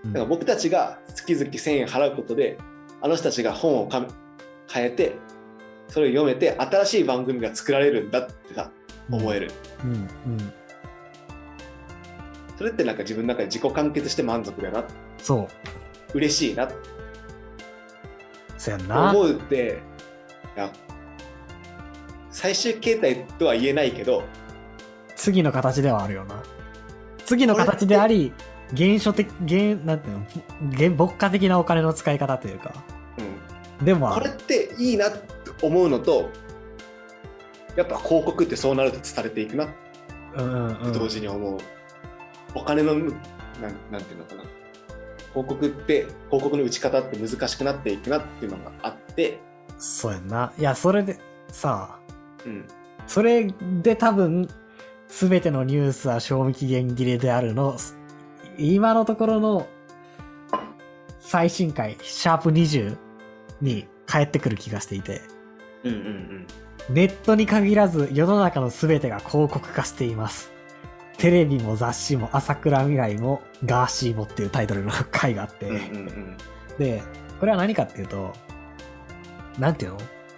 だから僕たちが月々1000円払うことで、あの人たちが本を変えて、それを読めて新しい番組が作られるんだってさ、思える。それってなんか自分の中で自己完結して満足だな。 そう。 嬉しいな。 そうやんな。 思うって、いや最終形態とは言えないけど、 次の形ではあるよな。次の形であり、なんていうの、牧歌的なお金の使い方というか。でもこれっていいなと思うのと、やっぱ広告ってそうなると伝れていくなって同時に思う。お金のなんていうのかな、広告の打ち方って難しくなっていくなっていうのがあって。 そうやんな。いや、それでさ、それで多分全てのニュースは賞味期限切れであるの今のところの最新回シャープ20に返ってくる気がしていて、ネットに限らず世の中の全てが広告化しています。テレビも雑誌も朝倉未来もガーシーもっていうタイトルの回があって、でこれは何かっていうと、なんていうの、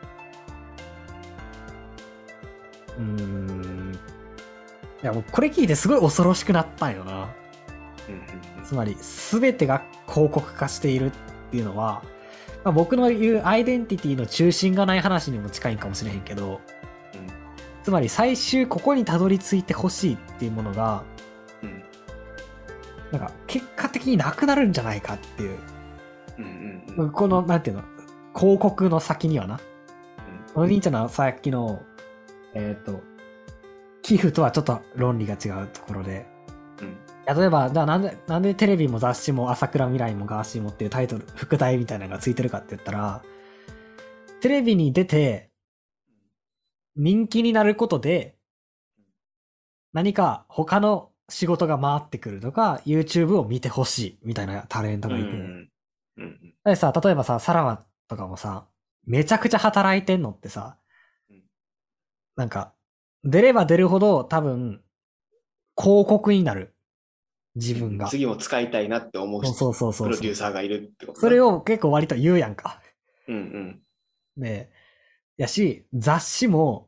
いやもうこれ聞いてすごい恐ろしくなったんよな。つまり全てが広告化しているっていうのは、まあ、僕の言うアイデンティティの中心がない話にも近いかもしれへんけど、つまり最終ここにたどり着いてほしいっていうものが、なんか結果的になくなるんじゃないかっていう、このなんていうの、広告の先にはな、お兄ちゃんのさっきの寄付とはちょっと論理が違うところで、例えばじゃあなんでテレビも雑誌も朝倉未来もガーシーもっていうタイトル副題みたいなのがついてるかって言ったら、テレビに出て人気になることで何か他の仕事が回ってくるとか YouTube を見てほしいみたいなタレントがいて、でさ、例えばさ、サラワとかもさ、めちゃくちゃ働いてんのってさ、なんか出れば出るほど多分広告になる。自分が次も使いたいなって思う人、プロデューサーがいるってこと。 それを結構割と言うやんか。 で、 やし、雑誌の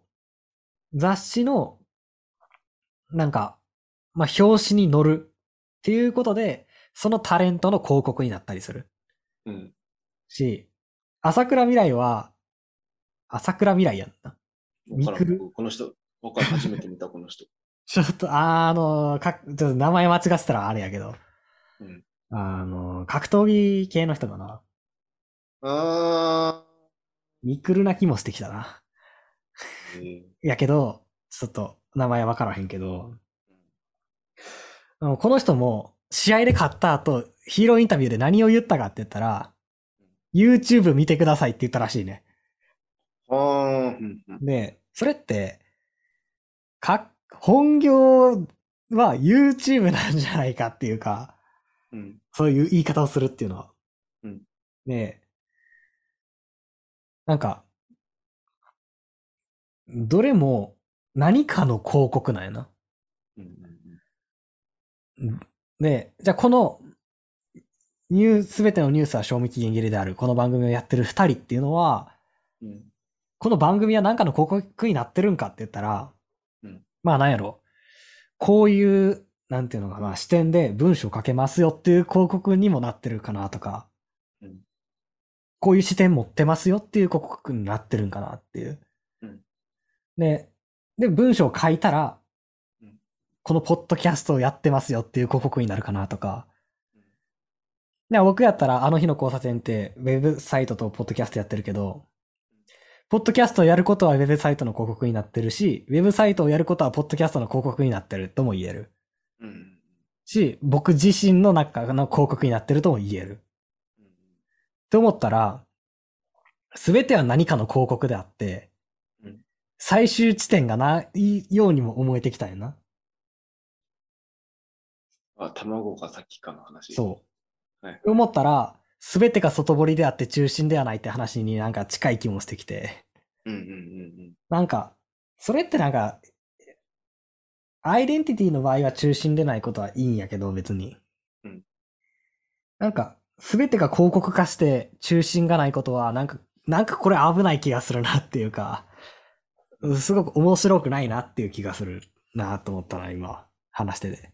なんかまあ表紙に載るっていうことで、そのタレントの広告になったりする。し、朝倉未来は朝倉未来やんな。 この人、僕は初めて見たこの人。 ちょっとちょっと名前間違ってたらあれやけど、格闘技系の人だな。ミクルな気もしてきたな。やけど、ちょっと名前わからへんけど、この人も試合で勝った後、ヒーローインタビューで何を言ったかって言ったら、YouTube 見てくださいって言ったらしいね。で、それって、本業は YouTube なんじゃないかっていうか、そういう言い方をするっていうのは。で、なんか、どれも何かの広告なんやな。で、じゃあこのすべてのニュースは賞味期限切れであるこの番組をやってる2人っていうのは、この番組は何かの広告になってるんかって言ったら、まあなんやろ、こういうなんていうのかな、視点で文章書けますよっていう広告にもなってるかなとか、こういう視点持ってますよっていう広告になってるんかなっていう。で、文章を書いたら、このポッドキャストをやってますよっていう広告になるかなとか。で僕やったらあの日の交差点ってウェブサイトとポッドキャストやってるけど、ポッドキャストをやることはウェブサイトの広告になってるし、ウェブサイトをやることはポッドキャストの広告になってるとも言える。し、僕自身の中の広告になってるとも言える。って思ったら、すべては何かの広告であって、最終地点がないようにも思えてきたよな。 卵が先かの話。 そう。思ったら、すべてが外堀であって中心ではないって話になんか近い気もしてきて。なんか、それってなんか、アイデンティティの場合は中心でないことはいいんやけど、別に。 なんか、すべてが広告化して中心がないことは、なんかこれ危ない気がするなっていうか、すごく面白くないなっていう気がするなと思ったな、今、話してて。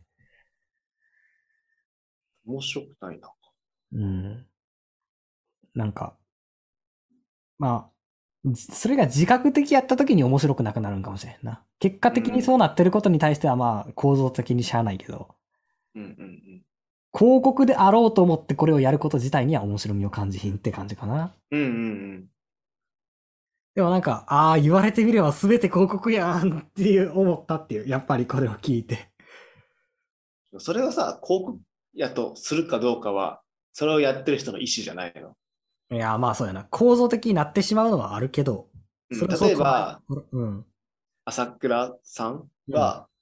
面白くないな。 うん。なんか、まあ、それが自覚的やった時に面白くなくなるんかもしれんな。結果的にそうなってることに対してはまあ構造的にしゃあないけど、 うんうんうん。 広告であろうと思ってこれをやること自体には面白みを感じひんって感じかな。 うんうんでもなんか、ああ、言われてみれば全て広告やんっていう思ったっていう、やっぱりこれを聞いて。 うん。それはさ、広告やとするかどうかは、それをやってる人の意思じゃないの。 いや、まあそうやな。構造的になってしまうのはあるけど、 うん、 それをそう捉例えば、 え、うん。 朝倉さんうん。 が、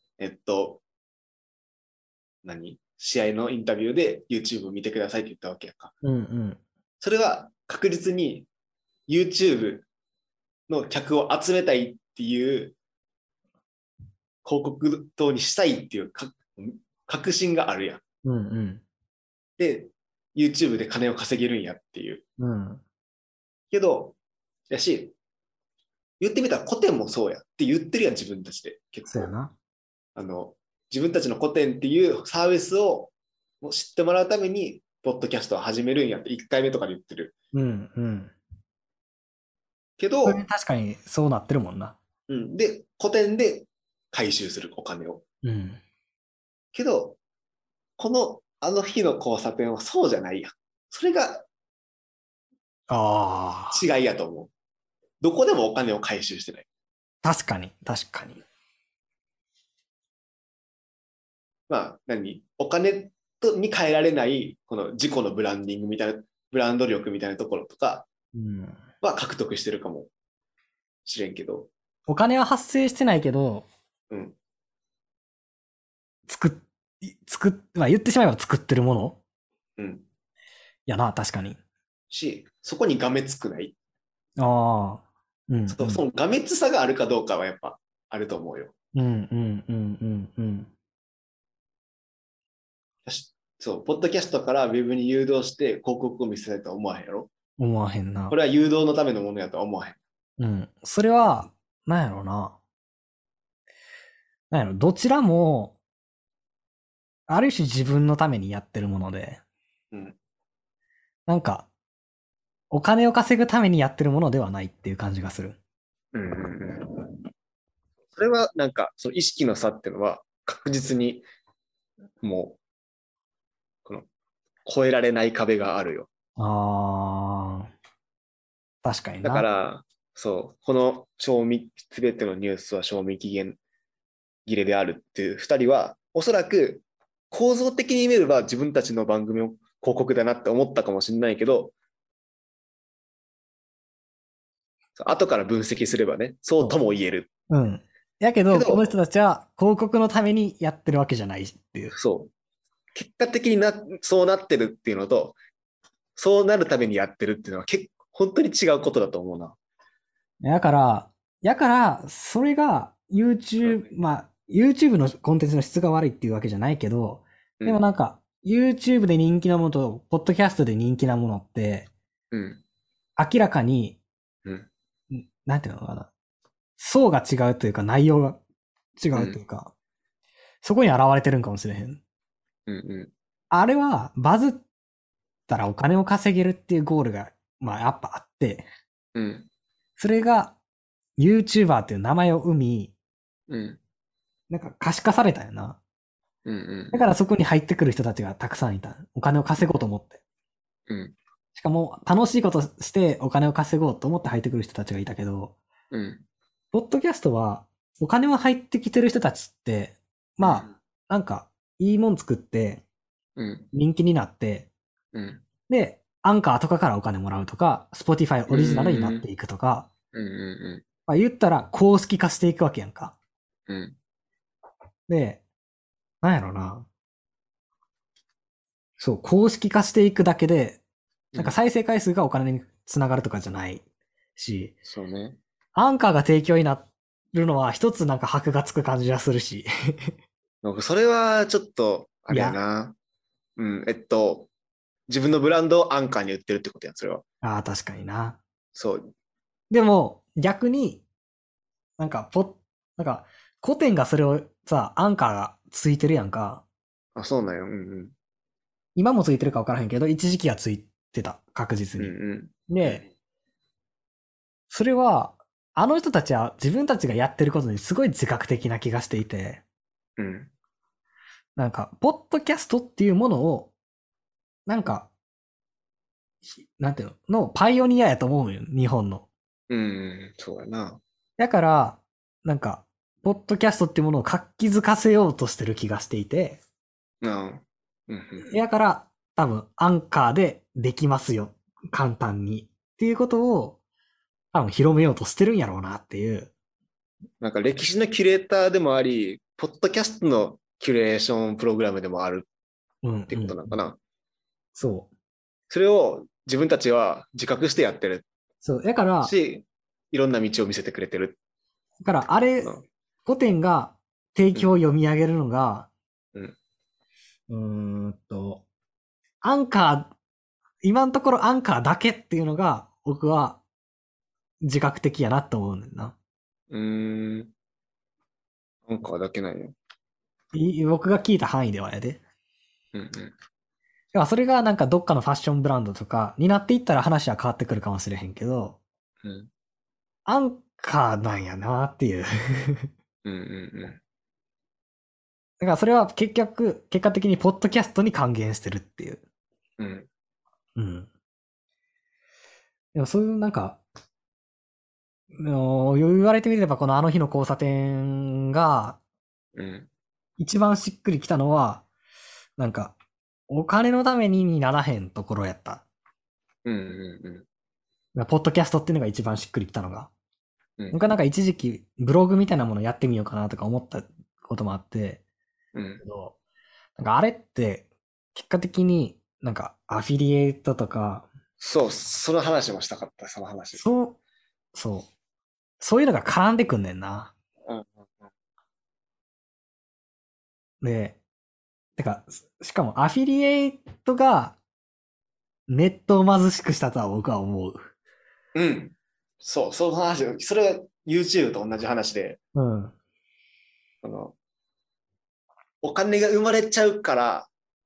試合のインタビューで YouTube 見てくださいって言ったわけやんか。 うんうん。 それは確実に YouTube の客を集めたいっていう広告塔にしたいっていう確信があるやん。 うんうん。 で、YouTube で金を稼げるんやっていう。 うん。 けど、やし、言ってみたら古典もそうやって言ってるやん、自分たちで。結構。 そうやな。 あの、自分たちの古典っていうサービスを知ってもらうために、ポッドキャストを始めるんやって1回目とかで言ってる。 うんうん。それけど、 確かにそうなってるもんな。 うん、で、古典で回収するお金を。 うん。 けど、あの日の交差点はそうじゃないやん。それがああ。 違いやと思う。どこでもお金を回収してない。 確かに、確かに。 まあ、お金に変えられない、この自己のブランディングみたいな、ブランド力みたいなところとかうん。 は獲得してるかもしれんけど、 お金は発生してないけど、 うん、 まあ言ってしまえば作ってるものうん。 やな、確かに。 そこにがめつくない。 ああ。うんうん。 そのがめつさがあるかどうかはやっぱあると思うよ。 うんうんうんうんうん。 そう、ポッドキャストからウェブに誘導して広告を見せたいとは思わへんやろ。 思わへんな。 これは誘導のためのものやとは思わへん。 うん。それは、なんやろな。なんやろ、どちらも、ある種自分のためにやってるもので、 うん。 なんか、お金を稼ぐためにやってるものではないっていう感じがする。 うんうんうん。それはその意識の差っていうのは確実にもう、この、越えられない壁があるよ。 ああ、確かにだかな。 ら、そう、すべてのニュースは賞味期限切れであるっていう二人は、おそらく構造的に見れば自分たちの番組を広告だなって思ったかもしれないけど、後から分析すればね、そうとも言える。 うん。やけど、この人けど、 たちは広告のためにやってるわけじゃないっていう。 そう。結果的にそうなってるっていうのと、そうなるためにやってるっていうのは本当に違うことだと思うな。 それが まあ、YouTube のコンテンツの質が悪いっていうわけじゃないけど、 うん。 でもなんか、YouTube で人気なものと、Podcast で人気なものって、 うん。 明らかに、 うん。 なんていうのかな、層が違うというか、内容が違うん。 うというか、そこに現れてるんかもしれへん。 うん。うん。 あれは、バズったらお金を稼げるっていうゴールが、まあ、やっぱあって、 うん。 それが YouTuber っていう名前を生み、 うん。 なんか可視化されたよな。 うん。うん。 だからそこに入ってくる人たちがたくさんいた。お金を稼ごうと思って。 うん。 しかも楽しいことしてお金を稼ごうと思って入ってくる人たちがいたけど、 うん。 ポッドキャストはお金は入ってきてる人たちって、まあ、なんかいいもん作ってうん。 人気になって、 うん。 で、アンカーとかからお金もらうとか、Spotify オリジナルになっていくとか、 うん。うん。 まあ、言ったら公式化していくわけやんか。 うん。 で、なんやろな。そう、公式化していくだけで、なんか再生回数がお金につながるとかじゃないし、 そうね。 アンカーが提供になるのは一つなんか箔がつく感じがするし。 それはちょっと、あれやいや、 な。うん。 自分のブランドをアンカーに売ってるってことやん、それは。 ああ、確かにな。 そう。 でも、逆に、なんか、古典がそれをさ、アンカーがついてるやんか。 あ、そうなんよ。うんうん。 今もついてるか分からへんけど、一時期はついてた。確実に。 うんで、それは、あの人たちは自分たちがやってることにすごい自覚的な気がしていて、 うん。 なんか、ポッドキャストっていうものを、なんか、なんていうのパイオニアやと思うよ、日本の。 うん、そうやな。 だから、なんか、ポッドキャストっていうものを活気づかせようとしてる気がしていて、 うんだから、多分、アンカーでできますよ。簡単に。っていうことを、多分広めようとしてるんやろうなっていう。 なんか歴史のキュレーターでもあり、ポッドキャストのキュレーションプログラムでもあるってことなのかな。 そう。 それを自分たちは自覚してやってるそう。だから、 し、いろんな道を見せてくれてる。 あれ、古典が提供を読み上げるのが、アンカー、今のところアンカーだけっていうのが、僕は自覚的やなって思うんだよな。 アンカーだけなんよ。 僕が聞いた範囲ではやで。 うんうん。 だからそれがなんかどっかのファッションブランドとかになっていったら話は変わってくるかもしれへんけど、 うん、 アンカーなんやなっていう。 うんうんうん。 だからそれは結果的にポッドキャストに還元してるっていう。 うん。 うん。でもそういうなんか、言われてみればこのあの日の交差点が、一番しっくりきたのは、なんか、お金のためにならへんところやった。 うんうんうん。ポッドキャストっていうのが一番しっくりきたのが。僕はなんかか一時期ブログみたいなものやってみようかなとか思ったこともあって、なんかあれって結果的になんかアフィリエイトとか、 そう、その話もしたかった、その話。 そういうのが絡んでくんねんな。で、しかもアフィリエイトがネットを貧しくしたとは僕は思う。 うん。そう、その話、それが YouTube と同じ話で、お金が生まれちゃうから、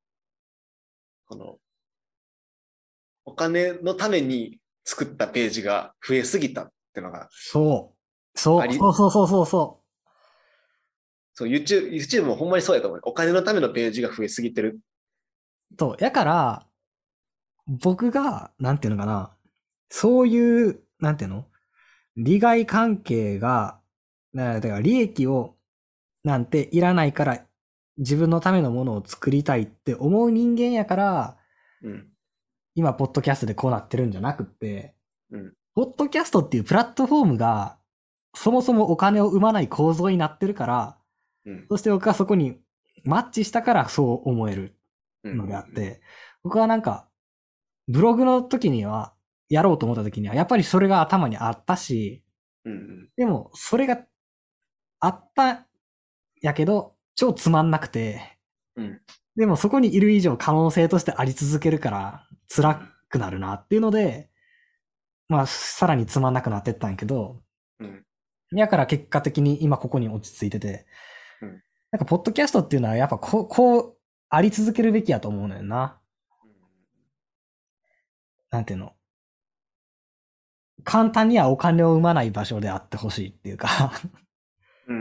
お金のために作ったページが増えすぎたってのがそう。 そう、YouTube もほんまにそうやと思う。お金のためのページが増えすぎてる。 やから、僕が、なんていうのかな、そういう、なんていうの利害関係が、だから利益をなんていらないから自分のためのものを作りたいって思う人間やから、今、ポッドキャストでこうなってるんじゃなくって、ポッドキャストっていうプラットフォームが、そもそもお金を生まない構造になってるから、そして僕はそこにマッチしたからそう思えるのであって、僕はなんか、ブログの時には、やろうと思った時には、やっぱりそれが頭にあったし、でも、それがあったやけど、超つまんなくて、でもそこにいる以上可能性としてあり続けるから辛くなるなっていうので、まあさらにつまんなくなってったんやけど、やから結果的に今ここに落ち着いてて、なんかポッドキャストっていうのはやっぱこうあり続けるべきやと思うのよな。なんていうの。簡単にはお金を生まない場所であってほしいっていうかうん。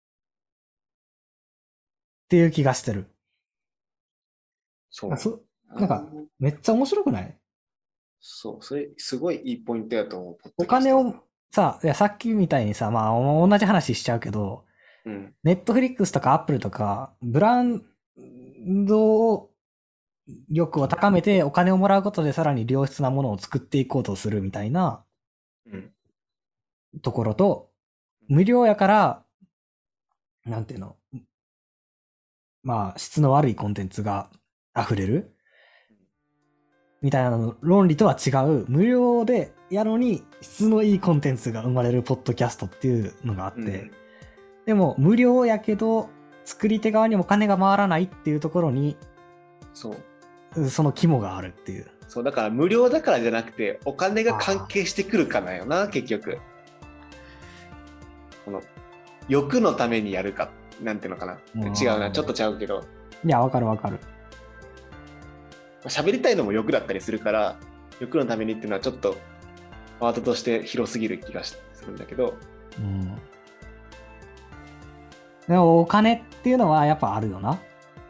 っていう気がしてる。そう。なんか、めっちゃ面白くない？ そう、それすごいいいポイントやと思う。 お金をさっきみたいにさ、まあ同じ話しちゃうけど、ネットフリックスとかアップルとか、ブランド力を高めてお金をもらうことでさらに良質なものを作っていこうとするみたいなところと、無料やから、なんていうの、まあ質の悪いコンテンツが溢れるみたいなの論理とは違う、無料でやのに質のいいコンテンツが生まれるポッドキャストっていうのがあって、でも無料やけど作り手側にお金が回らないっていうところに、 その肝があるっていう。 そうだから無料だからじゃなくてお金が関係してくるかなよな結局。この欲のためにやるかなんていうのかな、違うなちょっとちゃうけど、 いやわかるわかる。 喋りたいのも欲だったりするから欲のためにっていうのはちょっとワードとして広すぎる気がするんだけど、 でもお金っていうのはやっぱあるよな。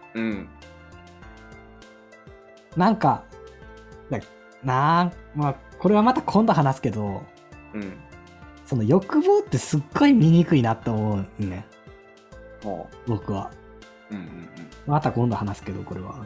なんかまあこれはまた今度話すけど、その欲望ってすっごい醜いなって思うね。僕は。また今度話すけどこれは。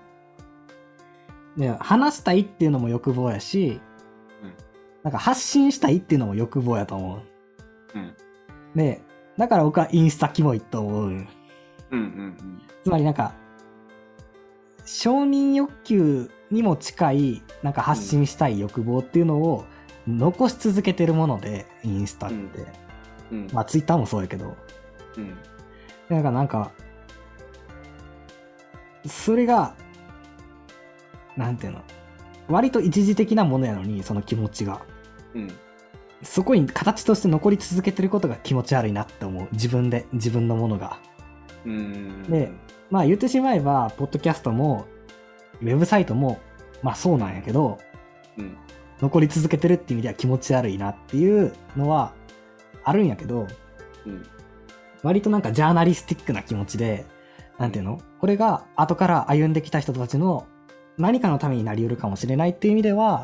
で話したいっていうのも欲望やし、なんか発信したいっていうのも欲望やと思う。でだから僕はインスタキモいと思う。つまりなんか承認欲求にも近いなんか発信したい欲望っていうのを残し続けてるもので、インスタって、まあツイッターもそうやけど、なんかそれがなんていうの、割と一時的なものやのにその気持ちが、そこに形として残り続けてることが気持ち悪いなって思う。自分のものが。でまあ言ってしまえばポッドキャストもウェブサイトもまあそうなんやけど、残り続けてるっていう意味では気持ち悪いなっていうのはあるんやけど、割となんかジャーナリスティックな気持ちで、なんていうの、これが後から歩んできた人たちの何かのためになり得るかもしれないっていう意味では、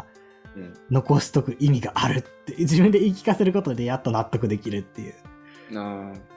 残しとく意味があるって自分で言い聞かせることでやっと納得できるっていう。